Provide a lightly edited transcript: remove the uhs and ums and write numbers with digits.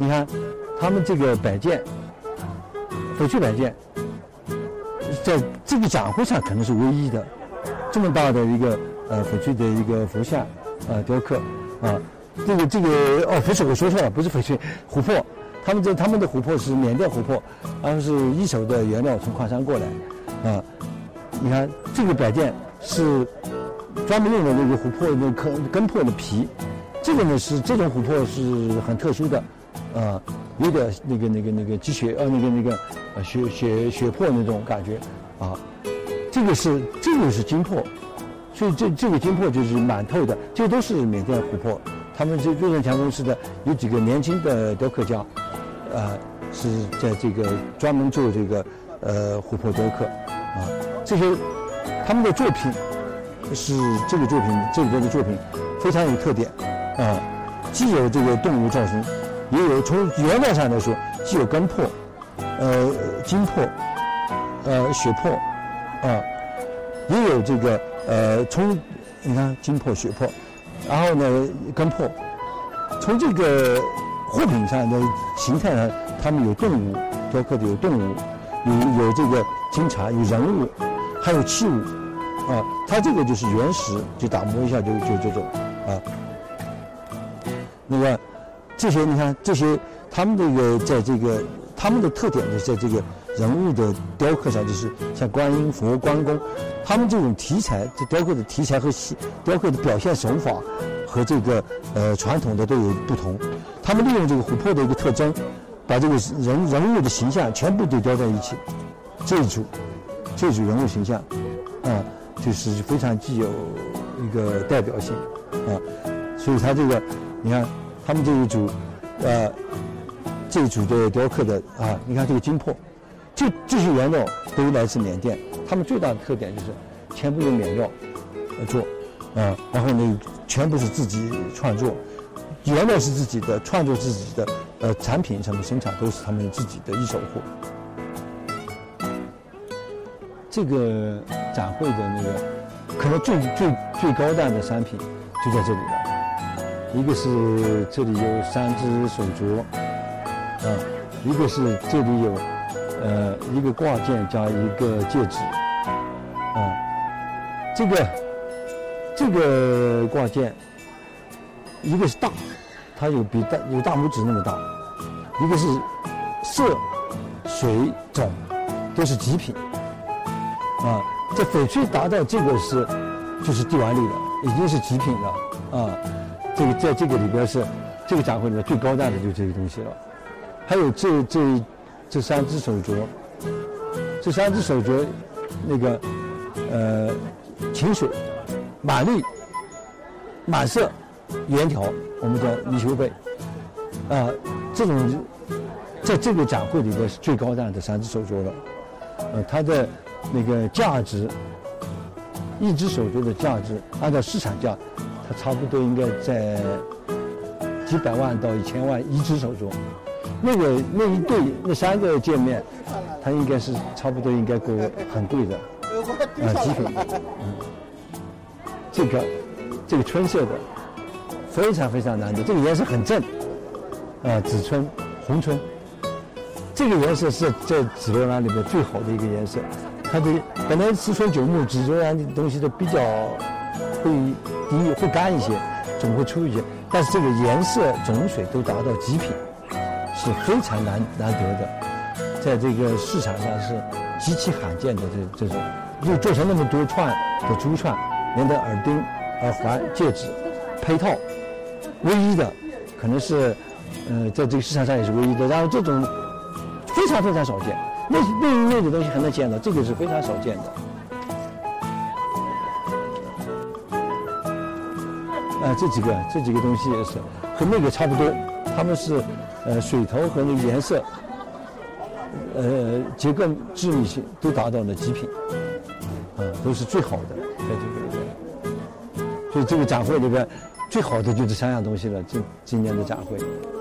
你看他们这个摆件，翡翠摆件，在这个展会上可能是唯一的，这么大的一个翡翠的一个佛像雕刻啊。不是我说错了，不是翡翠琥珀，他们的琥珀是缅甸琥珀，然后是一手的原料从矿山过来啊。你看这个摆件是专门用的那个琥珀那个根珀的皮，这个呢是这种琥珀是很特殊的，有点那个积雪血珀那种感觉啊。这个是金珀，所以这个金珀就是满透的，这都是缅甸琥珀。他们这瑞正强公司的有几个年轻的雕刻家，是在这个专门做这个琥珀雕刻啊。这些他们的作品是这里边的作品非常有特点啊，既有这个动物造型，也有从原料上来说，既有根珀、金珀、血珀啊，也有这个你看金珀、血珀。然后呢，根珀，从这个货品上的形态上，他们有动物雕刻的，有动物，有这个金茶，有人物，还有器物，啊，它这个就是原石，就打磨一下就这种啊。那个这些你看这些，他们这个在这个他们的特点就是在这个人物的雕刻上，就是像观音、佛、关公。他们这种题材，这雕刻的题材和雕刻的表现手法和这个传统的都有不同。他们利用这个琥珀的一个特征，把这个人物的形象全部都雕在一起。这一组人物形象，就是非常具有一个代表性啊。所以他这个，你看他们这一组的雕刻的啊，你看这个金珀，这些原料都来自缅甸。他们最大的特点就是全部用缅料做，然后呢全部是自己创作，原料是自己的，创作自己的，产品什么生产都是他们自己的一手货。这个展会的那个可能最高档的商品就在这里了，一个是这里有3只手镯，一个是这里有一个挂件加一个戒指。这个挂件，一个是大，它有大拇指那么大；一个是色、水、种，都是极品。这翡翠达到这个就是帝王绿了，已经是极品了。这个在这个里边是这个展会里面最高档的就是这个东西了。还有这3只手镯，这3只手镯，那个清水、满绿、满色、圆条，我们叫泥鳅贝，这种在这个展会里边是最高档的3只手镯了。它的那个价值，一只手镯的价值，按照市场价，它差不多应该在几百万到1000万一只手镯。那一对那3个件面，它应该是差不多应该够很贵的，极品。这个春色的非常非常难得，这个颜色很正，紫春、红春，这个颜色是在紫罗兰里面最好的一个颜色。它的本来10春9木紫罗兰的东西都比较会干一些，总会粗一些，但是这个颜色种水都达到极品，是非常难得的，在这个市场上是极其罕见的这种，又做成那么多串的珠串，连的耳钉、耳环、戒指、配套，唯一的，可能是在这个市场上也是唯一的。然后这种非常非常少见，那一类的东西还能见到，这个是非常少见的。这几个东西也是和那个差不多，它们是水头和那个颜色，结构致密性都达到了极品，都是最好的，在这个里边。所以这个展会里边最好的就这3样东西了，今年的展会。